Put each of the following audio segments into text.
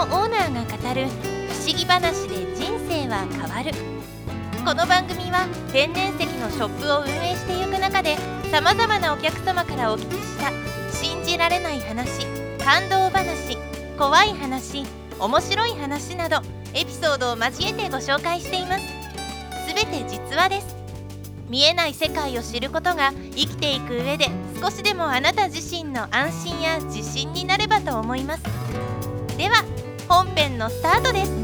オーナーが語る不思議話で人生は変わる。この番組は天然石のショップを運営していく中で、さまざまなお客様からお聞きした信じられない話、感動話、怖い話、面白い話などエピソードを交えてご紹介しています。すべて実話です。見えない世界を知ることが生きていく上で少しでもあなた自身の安心や自信になればと思います。では本編のスタートです。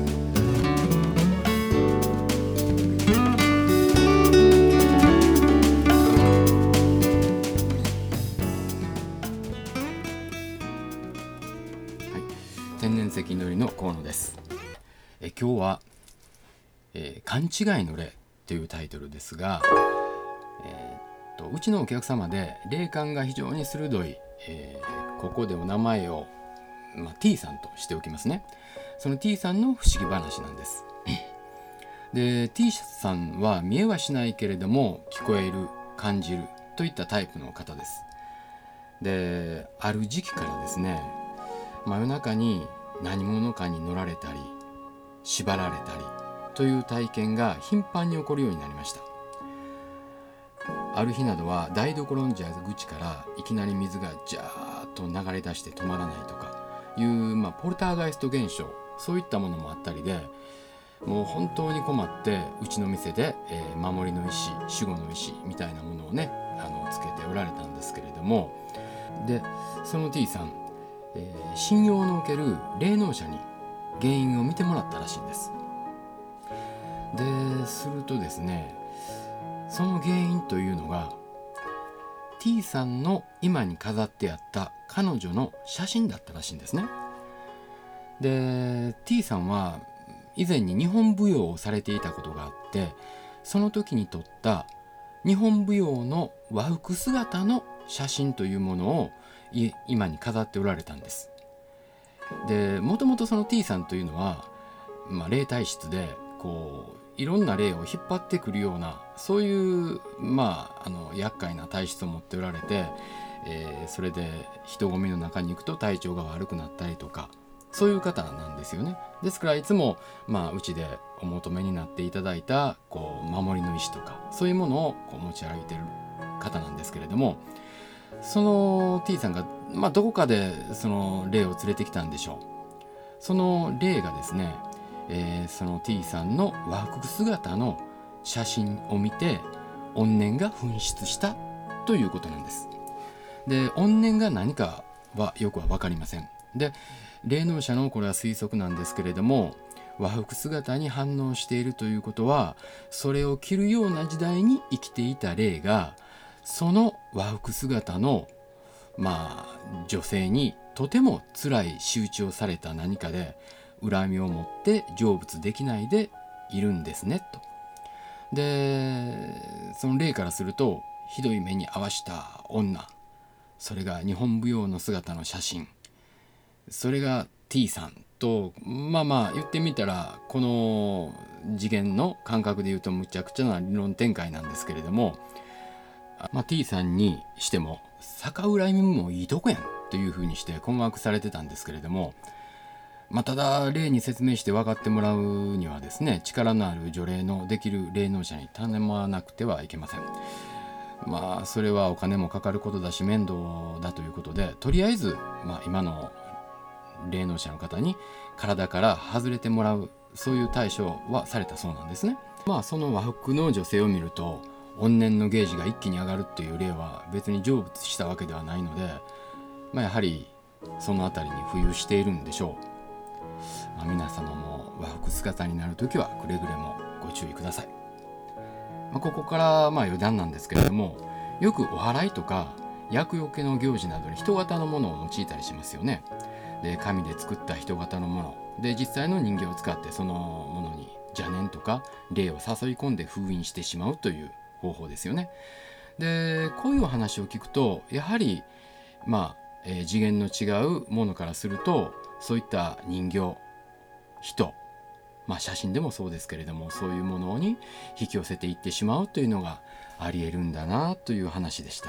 天然石のりの河野です。今日は、勘違いの霊というタイトルですが、うちのお客様で霊感が非常に鋭い、ここでお名前を、T さんとしておきますね。その T さんの不思議話なんです。で T さんは見えはしないけれども聞こえる、感じるといったタイプの方です。である時期からですね、真夜中に何者かに乗られたり縛られたりという体験が頻繁に起こるようになりました。ある日などは台所の蛇口からいきなり水がジャーッと流れ出して止まらないとかいう、ポルターガイスト現象、そういったものもあったりで、もう本当に困ってうちの店で、守りの石、守護の石みたいなものをねつけておられたんですけれども、でその T さん、信用のおける霊能者に原因を見てもらったらしいんです。でするとですね、その原因というのが T さんの今に飾ってあった彼女の写真だったらしいんですね。で T さんは以前に日本舞踊をされていたことがあって、その時に撮った日本舞踊の和服姿の写真というものを今に飾っておられたんです。でもともとその T さんというのは、霊体質でいろんな霊を引っ張ってくるような、そういう厄介な体質を持っておられて、それで人混みの中に行くと体調が悪くなったりとか、そういう方なんですよね。ですからいつもうちでお求めになっていただいた守りの石とかそういうものを持ち歩いている方なんですけれども、その T さんが、どこかでその霊を連れてきたんでしょう。その霊がですね、その T さんの和服姿の写真を見て怨念が噴出したということなんです。で怨念が何かはよくは分かりません。で霊能者のこれは推測なんですけれども、和服姿に反応しているということは、それを着るような時代に生きていた霊がその和服姿の女性にとても辛い仕打ちをされた何かで恨みを持って成仏できないでいるんですねと。でその霊からすると、ひどい目に遭わした女、それが日本舞踊の姿の写真、それが T さんと、言ってみたらこの次元の感覚で言うとむちゃくちゃな理論展開なんですけれども、T さんにしても逆恨みもいいとこやんというふうにして困惑されてたんですけれども、ただ霊に説明して分かってもらうにはですね、力のある除霊のできる霊能者に頼まなくてはいけません。それはお金もかかることだし面倒だということで、とりあえず、今の霊能者の方に体から外れてもらう、そういう対処はされたそうなんですね。その和服の女性を見ると怨念のゲージが一気に上がるっていう例は別に成仏したわけではないので、やはりそのあたりに浮遊しているんでしょう。皆様も和服姿になるときはくれぐれもご注意ください。ここから余談なんですけれども、よくお祓いとか厄除けの行事などに人型のものを用いたりしますよね。で紙で作った人型のもので、実際の人形を使ってそのものに邪念とか霊を誘い込んで封印してしまうという方法ですよね。でこういう話を聞くと、やはり次元の違うものからすると、そういった人形、人、写真でもそうですけれども、そういうものに引き寄せていってしまうというのがありえるんだなという話でした。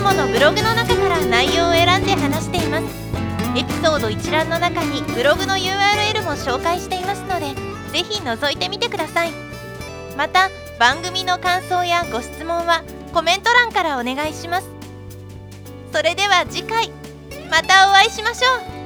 ものブログの中から内容を選んで話しています。エピソード一覧の中にブログの URL も紹介していますので、ぜひ覗いてみてください。また番組の感想やご質問はコメント欄からお願いします。それでは次回またお会いしましょう。